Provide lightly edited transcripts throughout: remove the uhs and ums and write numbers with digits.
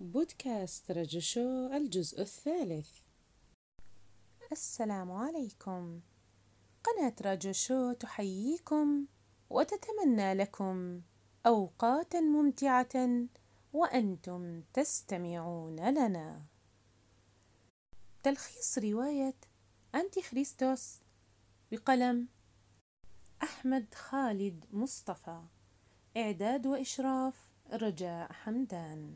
بودكاست رجشو الجزء الثالث. السلام عليكم. قناة رجشو تحييكم وتتمنى لكم أوقاتا ممتعة وأنتم تستمعون لنا. تلخيص رواية أنتي خريستوس بقلم أحمد خالد مصطفى، إعداد وإشراف رجاء حمدان.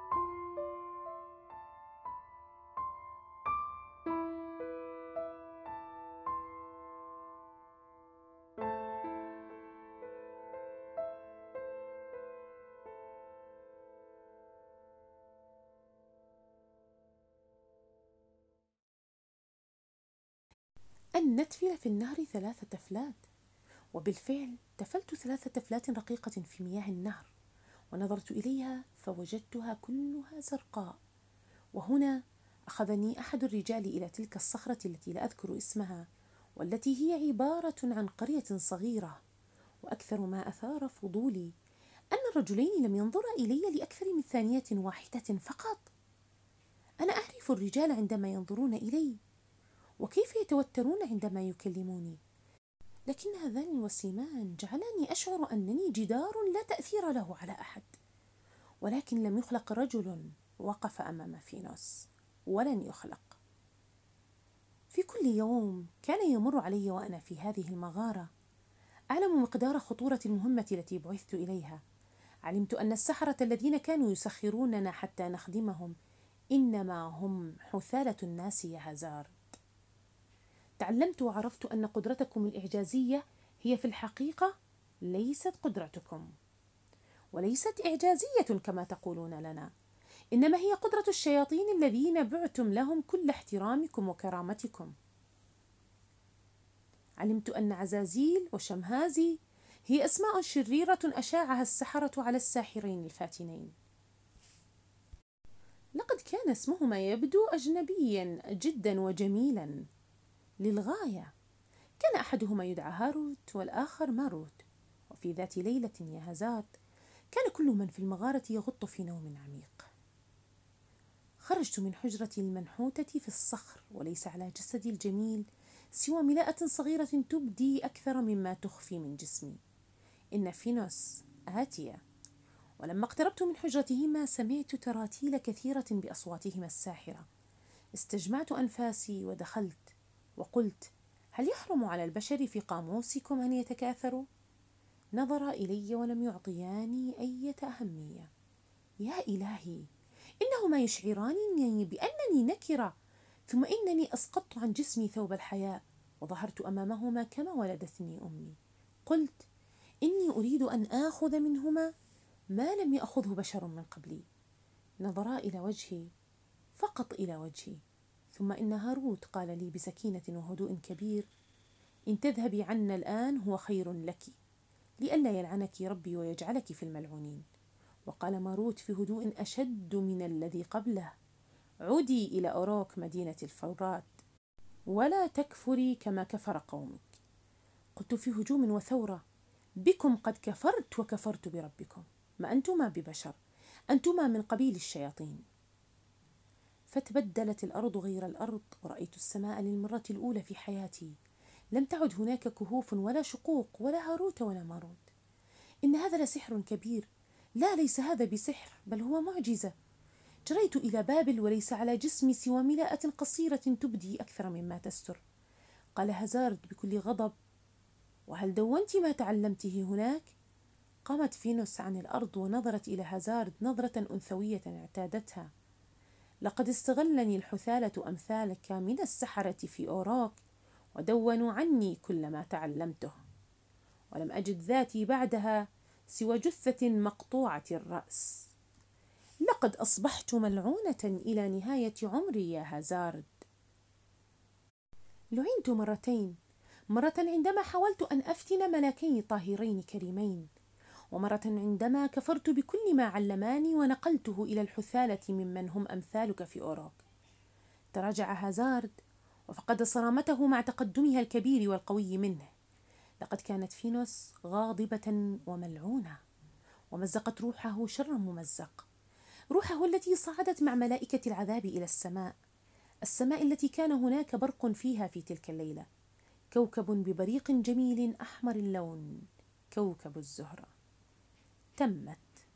أن نتفل في النهر 3 تفلات. وبالفعل تفلت 3 تفلات رقيقة في مياه النهر، ونظرت إليها فوجدتها كلها زرقاء. وهنا أخذني أحد الرجال إلى تلك الصخرة التي لا أذكر اسمها، والتي هي عبارة عن قرية صغيرة. وأكثر ما أثار فضولي أن الرجلين لم ينظرا إلي لأكثر من ثانية واحدة فقط. أنا أعرف الرجال عندما ينظرون إلي، وكيف يتوترون عندما يكلموني، لكن هذان الوسيمان جعلاني أشعر أنني جدار لا تأثير له على أحد. ولكن لم يخلق رجل وقف أمام فينوس، ولن يخلق. في كل يوم كان يمر علي وأنا في هذه المغارة أعلم مقدار خطورة المهمة التي بعثت إليها. علمت أن السحرة الذين كانوا يسخروننا حتى نخدمهم إنما هم حثالة الناس يا هازارد. تعلمت وعرفت أن قدرتكم الإعجازية هي في الحقيقة ليست قدرتكم، وليست إعجازية كما تقولون لنا، إنما هي قدرة الشياطين الذين بعتم لهم كل احترامكم وكرامتكم. علمت أن عزازيل وشمهازي هي أسماء شريرة أشاعها السحرة على الساحرين الفاتنين. لقد كان اسمهما يبدو أجنبيا جدا وجميلا للغاية. كان أحدهما يدعى هاروت والآخر ماروت. وفي ذات ليلة يا هازارد كان كل من في المغارة يغط في نوم عميق. خرجت من حجرتي المنحوتة في الصخر، وليس على جسدي الجميل سوى ملاءة صغيرة تبدي أكثر مما تخفي من جسمي. إن فينوس آتية. ولما اقتربت من حجرتهما سمعت تراتيل كثيرة بأصواتهما الساحرة. استجمعت أنفاسي ودخلت وقلت: هل يحرم على البشر في قاموسكم أن يتكاثروا؟ نظر إلي ولم يعطياني أي أهمية. يا إلهي، إنهما يشعرانني بأنني نكرة، ثم إنني أسقطت عن جسمي ثوب الحياء وظهرت أمامهما كما ولدتني أمي. قلت: إني أريد أن آخذ منهما ما لم يأخذه بشر من قبلي. نظرا إلى وجهي، فقط إلى وجهي، ثم إن هاروت قال لي بسكينة وهدوء كبير: إن تذهبي عنا الآن هو خير لك، لئلا يلعنك ربي ويجعلك في الملعونين. وقال ماروت في هدوء أشد من الذي قبله: عودي إلى أوروك مدينة الفورات، ولا تكفري كما كفر قومك. قلت في هجوم وثورة: بكم قد كفرت وكفرت بربكم، ما أنتما ببشر، أنتما من قبيل الشياطين. فتبدلت الأرض غير الأرض، ورأيت السماء للمرة الأولى في حياتي. لم تعد هناك كهوف ولا شقوق ولا هاروت ولا ماروت. إن هذا لسحر كبير. لا، ليس هذا بسحر، بل هو معجزة. جريت إلى بابل وليس على جسمي سوى ملاءة قصيرة تبدي أكثر مما تستر. قال هازارد بكل غضب: وهل دونت ما تعلمته هناك؟ قامت فينوس عن الأرض ونظرت إلى هازارد نظرة أنثوية اعتادتها. لقد استغلني الحثالة أمثالك من السحرة في أوراق ودونوا عني كل ما تعلمته، ولم أجد ذاتي بعدها سوى جثة مقطوعة الرأس. لقد أصبحت ملعونة إلى نهاية عمري يا هازارد. لعنت مرتين، مرة عندما حاولت أن أفتن ملاكين طاهرين كريمين، ومرة عندما كفرت بكل ما علماني ونقلته إلى الحثالة ممن هم أمثالك في أوروك. تراجع هازارد وفقد صرامته مع تقدمها الكبير والقوي منه. لقد كانت فينوس غاضبة وملعونة، ومزقت روحه شر ممزق. روحه التي صعدت مع ملائكة العذاب إلى السماء، السماء التي كان هناك برق فيها في تلك الليلة، كوكب ببريق جميل أحمر اللون، كوكب الزهرة. تمت.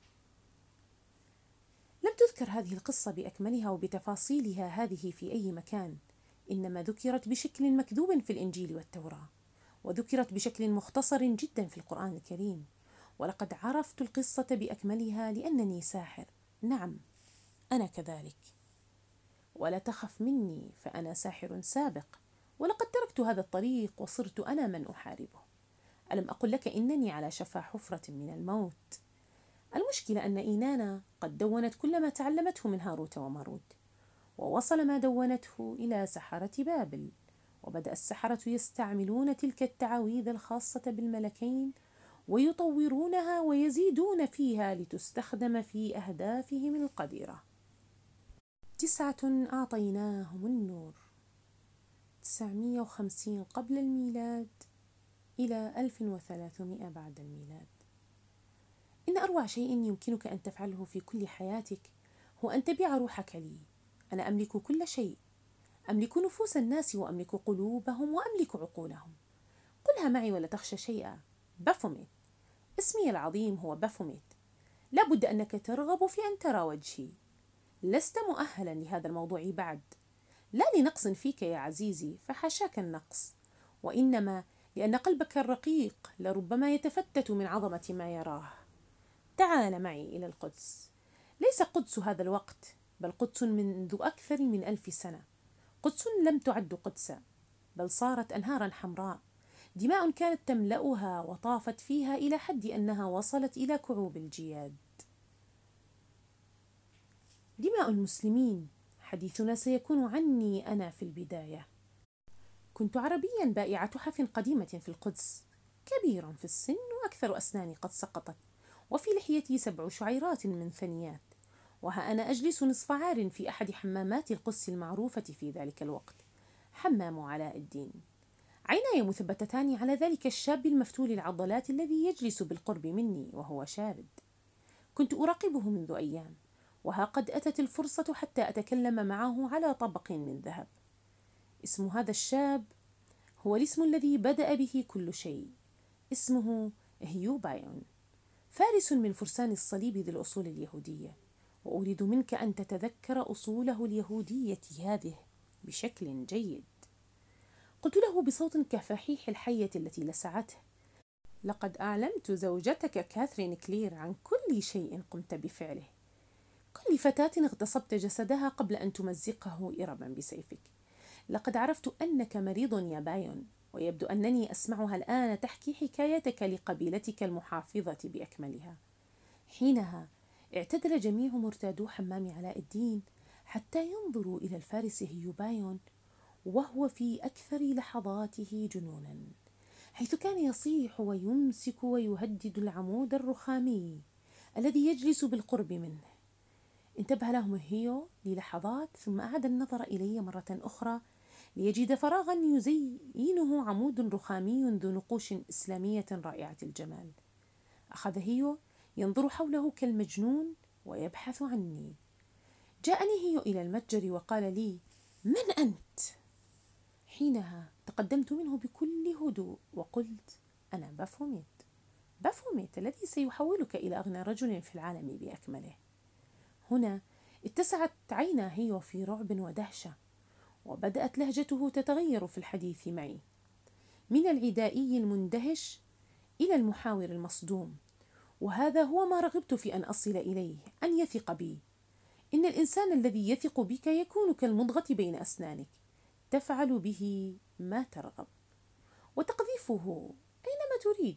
لم تذكر هذه القصة بأكملها وبتفاصيلها هذه في أي مكان، إنما ذكرت بشكل مكذوب في الإنجيل والتوراة، وذكرت بشكل مختصر جدا في القرآن الكريم. ولقد عرفت القصة بأكملها لأنني ساحر. نعم، أنا كذلك. ولا تخف مني فأنا ساحر سابق، ولقد تركت هذا الطريق وصرت أنا من أحاربه. ألم أقل لك إنني على شفا حفرة من الموت؟ المشكلة أن إينانا قد دونت كل ما تعلمته من هاروت وماروت، ووصل ما دونته إلى سحرة بابل، وبدأ السحرة يستعملون تلك التعاويذ الخاصة بالملكين ويطورونها ويزيدون فيها لتستخدم في أهدافهم القذرة. 9 أعطيناهم النور. 950 قبل الميلاد إلى 1300 بعد الميلاد. إن أروع شيء يمكنك أن تفعله في كل حياتك هو أن تبيع روحك لي. أنا أملك كل شيء، أملك نفوس الناس وأملك قلوبهم وأملك عقولهم. قلها معي ولا تخشى شيئا. بافوميت. اسمي العظيم هو بافوميت. لا بد أنك ترغب في أن ترى وجهي. لست مؤهلا لهذا الموضوع بعد، لا لنقص فيك يا عزيزي، فحاشاك النقص، وإنما لأن قلبك الرقيق لربما يتفتت من عظمة ما يراه. تعال معي إلى القدس. ليس قدس هذا الوقت، بل قدس منذ أكثر من 1000 سنة. قدس لم تعد قدسا، بل صارت أنهارا حمراء، دماء كانت تملأها وطافت فيها إلى حد أنها وصلت إلى كعوب الجياد. دماء المسلمين. حديثنا سيكون عني أنا في البداية. كنت عربيا بائع تحف قديمة في القدس، كبيرا في السن وأكثر أسناني قد سقطت، وفي لحيتي 7 شعيرات من ثنيات، وها أنا أجلس نصف عار في أحد حمامات القدس المعروفة في ذلك الوقت، حمام علاء الدين. عيناي مثبتتان على ذلك الشاب المفتول العضلات الذي يجلس بالقرب مني وهو شارد. كنت أراقبه منذ أيام، وها قد أتت الفرصة حتى أتكلم معه على طبق من ذهب. اسم هذا الشاب هو الاسم الذي بدأ به كل شيء. اسمه هيوبايون، فارس من فرسان الصليب ذي الأصول اليهودية، وأريد منك أن تتذكر أصوله اليهودية هذه بشكل جيد. قلت له بصوت كفحيح الحية التي لسعته: لقد أعلمت زوجتك كاثرين كلير عن كل شيء قمت بفعله. كل فتاة اغتصبت جسدها قبل أن تمزقه إربا بسيفك. لقد عرفت أنك مريض يا بايون، ويبدو أنني أسمعها الآن تحكي حكايتك لقبيلتك المحافظة بأكملها. حينها اعتدل جميع مرتادو حمام علاء الدين حتى ينظروا إلى الفارس هيوبايون وهو في أكثر لحظاته جنونا، حيث كان يصيح ويمسك ويهدد العمود الرخامي الذي يجلس بالقرب منه. انتبه لهم هيو للحظات، ثم أعاد النظر إلي مرة أخرى ليجد فراغا يزينه عمود رخامي ذو نقوش إسلامية رائعة الجمال. أخذ هيو ينظر حوله كالمجنون ويبحث عني. جاءني هيو إلى المتجر وقال لي: من أنت؟ حينها تقدمت منه بكل هدوء وقلت: أنا بافوميت. بافوميت الذي سيحولك إلى أغنى رجل في العالم بأكمله. هنا اتسعت عينا هيو في رعب ودهشة، وبدأت لهجته تتغير في الحديث معي، من العدائي المندهش إلى المحاور المصدوم. وهذا هو ما رغبت في أن أصل إليه، أن يثق بي. إن الإنسان الذي يثق بك يكون كالمضغة بين أسنانك، تفعل به ما ترغب وتقذفه أينما تريد.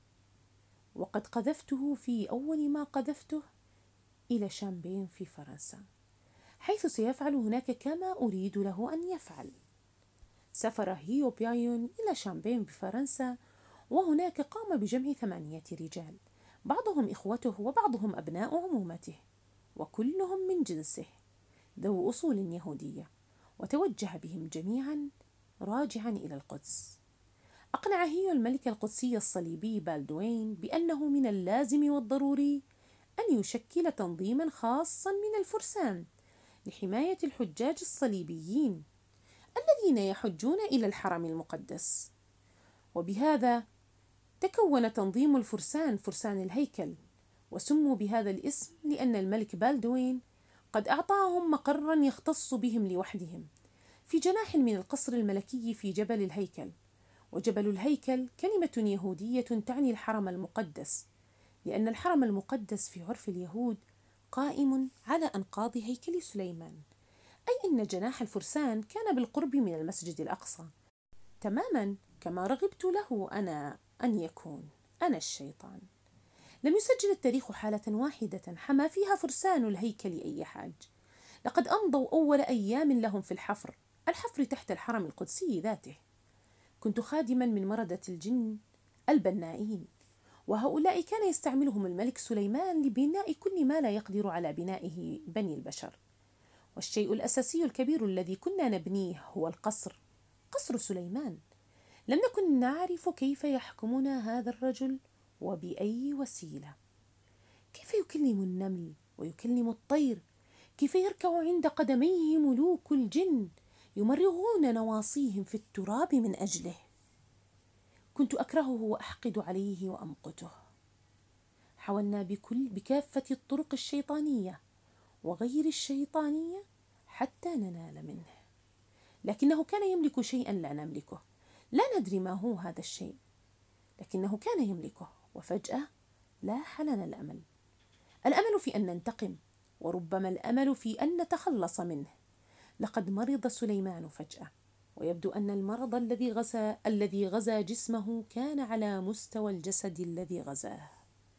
وقد قذفته في أول ما قذفته إلى شامبين في فرنسا، حيث سيفعل هناك كما أريد له أن يفعل. سافر هيو بايون إلى شامبين بفرنسا، وهناك قام بجمع 8 رجال، بعضهم إخوته وبعضهم أبناء عمومته، وكلهم من جنسه ذو أصول يهودية، وتوجه بهم جميعا راجعا إلى القدس. أقنع هيو الملك القدسي الصليبي بالدوين بأنه من اللازم والضروري أن يشكل تنظيما خاصا من الفرسان لحماية الحجاج الصليبيين الذين يحجون إلى الحرم المقدس. وبهذا تكون تنظيم الفرسان فرسان الهيكل، وسموا بهذا الاسم لأن الملك بالدوين قد أعطاهم مقرا يختص بهم لوحدهم في جناح من القصر الملكي في جبل الهيكل. وجبل الهيكل كلمة يهودية تعني الحرم المقدس، لأن الحرم المقدس في عرف اليهود قائم على أنقاض هيكل سليمان، أي أن جناح الفرسان كان بالقرب من المسجد الأقصى، تماما كما رغبت له أنا أن يكون، أنا الشيطان. لم يسجل التاريخ حالة واحدة حما فيها فرسان الهيكل أي حاج. لقد أمضوا أول أيام لهم في الحفر تحت الحرم القدسي ذاته. كنت خادما من مردة الجن البنائين، وهؤلاء كان يستعملهم الملك سليمان لبناء كل ما لا يقدر على بنائه بني البشر. والشيء الأساسي الكبير الذي كنا نبنيه هو القصر، قصر سليمان. لم نكن نعرف كيف يحكمنا هذا الرجل وبأي وسيلة. كيف يكلم النمل ويكلم الطير، كيف يركع عند قدميه ملوك الجن يمرغون نواصيهم في التراب من أجله. كنت أكرهه وأحقد عليه وأمقته. حاولنا بكافة الطرق الشيطانية وغير الشيطانية حتى ننال منه، لكنه كان يملك شيئا لا نملكه. لا ندري ما هو هذا الشيء، لكنه كان يملكه. وفجأة لاح لنا الأمل في أن ننتقم، وربما الأمل في أن نتخلص منه. لقد مرض سليمان فجأة، ويبدو أن المرض الذي غزا جسمه كان على مستوى الجسد الذي غزاه.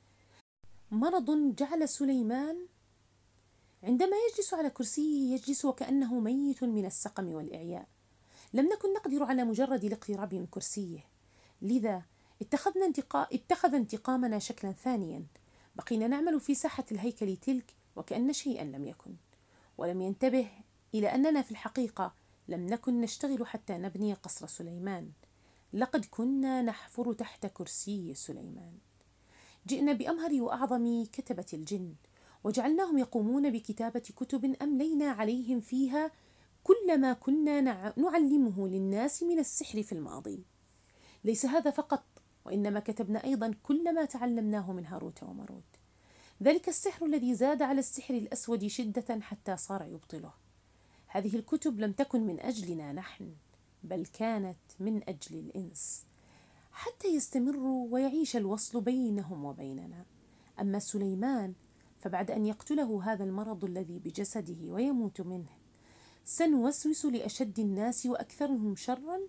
مرض جعل سليمان عندما يجلس على كرسيه يجلس وكأنه ميت من السقم والإعياء. لم نكن نقدر على مجرد الاقتراب من كرسيه، لذا اتخذ انتقامنا شكلا ثانيا. بقينا نعمل في ساحة الهيكل تلك وكأن شيئا لم يكن، ولم ينتبه إلى أننا في الحقيقة لم نكن نشتغل حتى نبني قصر سليمان. لقد كنا نحفر تحت كرسي سليمان. جئنا بأمهر وأعظم كتبة الجن، وجعلناهم يقومون بكتابة كتب أملينا عليهم فيها كل ما كنا نعلمه للناس من السحر في الماضي. ليس هذا فقط، وإنما كتبنا أيضا كل ما تعلمناه من هاروت وماروت، ذلك السحر الذي زاد على السحر الأسود شدة حتى صار يبطله. هذه الكتب لم تكن من أجلنا نحن، بل كانت من أجل الإنس، حتى يستمروا ويعيش الوصل بينهم وبيننا. أما سليمان فبعد أن يقتله هذا المرض الذي بجسده ويموت منه، سنوسوس لأشد الناس وأكثرهم شرا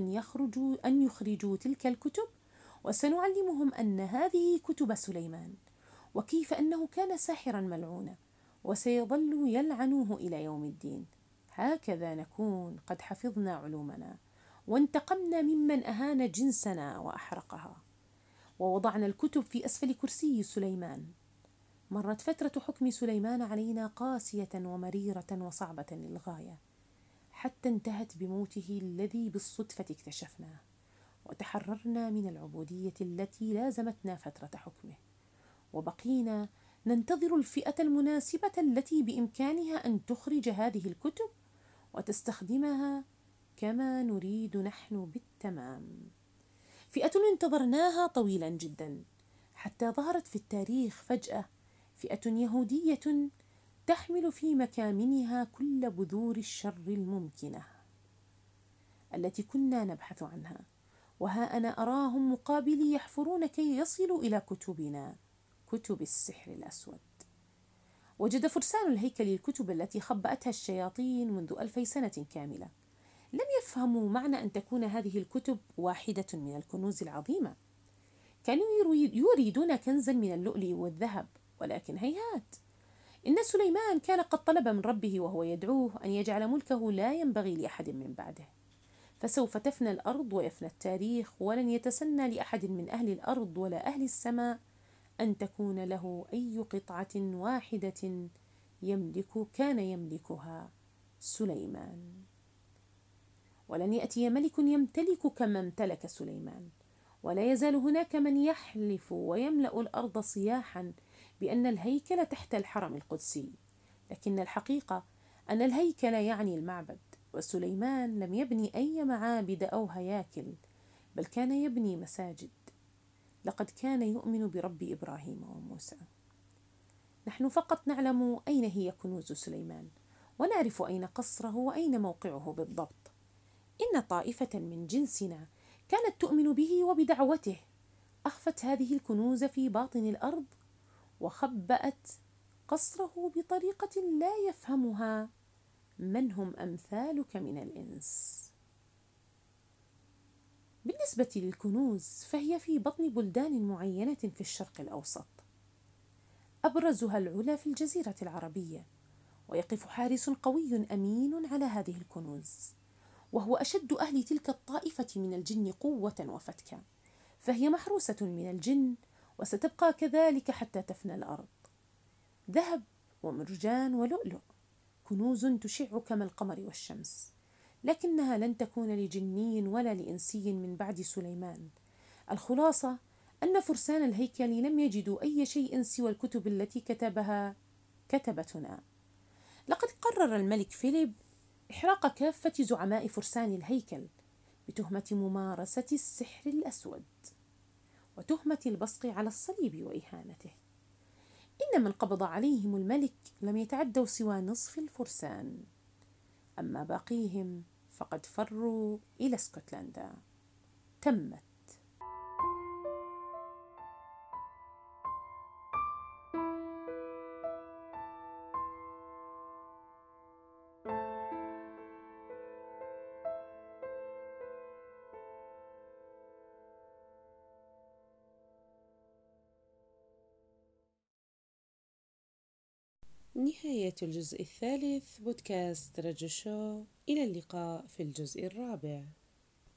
أن يخرجوا تلك الكتب، وسنعلمهم أن هذه كتب سليمان، وكيف أنه كان ساحرا ملعونا وسيظل يلعنوه إلى يوم الدين. هكذا نكون قد حفظنا علومنا وانتقمنا ممن أهان جنسنا وأحرقها، ووضعنا الكتب في أسفل كرسي سليمان. مرت فترة حكم سليمان علينا قاسية ومريرة وصعبة للغاية، حتى انتهت بموته الذي بالصدفة اكتشفناه، وتحررنا من العبودية التي لازمتنا فترة حكمه، وبقينا ننتظر الفئة المناسبة التي بإمكانها أن تخرج هذه الكتب وتستخدمها كما نريد نحن بالتمام. فئة انتظرناها طويلا جدا، حتى ظهرت في التاريخ فجأة فئة يهودية تحمل في مكامنها كل بذور الشر الممكنة التي كنا نبحث عنها. وها أنا أراهم مقابلي يحفرون كي يصلوا إلى كتبنا، كتب السحر الأسود. وجد فرسان الهيكل الكتب التي خبأتها الشياطين منذ 2000 سنة كاملة. لم يفهموا معنى أن تكون هذه الكتب واحدة من الكنوز العظيمة. كانوا يريدون كنزا من اللؤلؤ والذهب، ولكن هيهات. إن سليمان كان قد طلب من ربه وهو يدعوه أن يجعل ملكه لا ينبغي لأحد من بعده، فسوف تفنى الأرض ويفنى التاريخ، ولن يتسنى لأحد من أهل الأرض ولا أهل السماء أن تكون له أي قطعة واحدة كان يملكها سليمان. ولن يأتي ملك يمتلك كما امتلك سليمان، ولا يزال هناك من يحلف ويملأ الأرض صياحا بأن الهيكل تحت الحرم القدسي، لكن الحقيقة أن الهيكل يعني المعبد، وسليمان لم يبني أي معابد أو هياكل، بل كان يبني مساجد. لقد كان يؤمن برب إبراهيم وموسى. نحن فقط نعلم أين هي كنوز سليمان، ونعرف أين قصره وأين موقعه بالضبط. إن طائفة من جنسنا كانت تؤمن به وبدعوته، أخفت هذه الكنوز في باطن الأرض، وخبأت قصره بطريقة لا يفهمها من هم أمثالك من الإنس. بالنسبة للكنوز فهي في بطن بلدان معينة في الشرق الأوسط، أبرزها العلا في الجزيرة العربية، ويقف حارس قوي أمين على هذه الكنوز، وهو أشد أهل تلك الطائفة من الجن قوة وفتكا، فهي محروسة من الجن، وستبقى كذلك حتى تفنى الأرض. ذهب ومرجان ولؤلؤ، كنوز تشع كما القمر والشمس، لكنها لن تكون لجني ولا لإنسي من بعد سليمان. الخلاصة أن فرسان الهيكل لم يجدوا أي شيء سوى الكتب التي كتبها كتبتنا. لقد قرر الملك فيليب إحراق كافة زعماء فرسان الهيكل بتهمة ممارسة السحر الأسود، وتهمة البصق على الصليب وإهانته. إن من قبض عليهم الملك لم يتعدوا سوى نصف الفرسان، أما باقيهم فقد فروا إلى اسكتلندا. تمت. نهاية الجزء الثالث بودكاست رجو شو. إلى اللقاء في الجزء الرابع.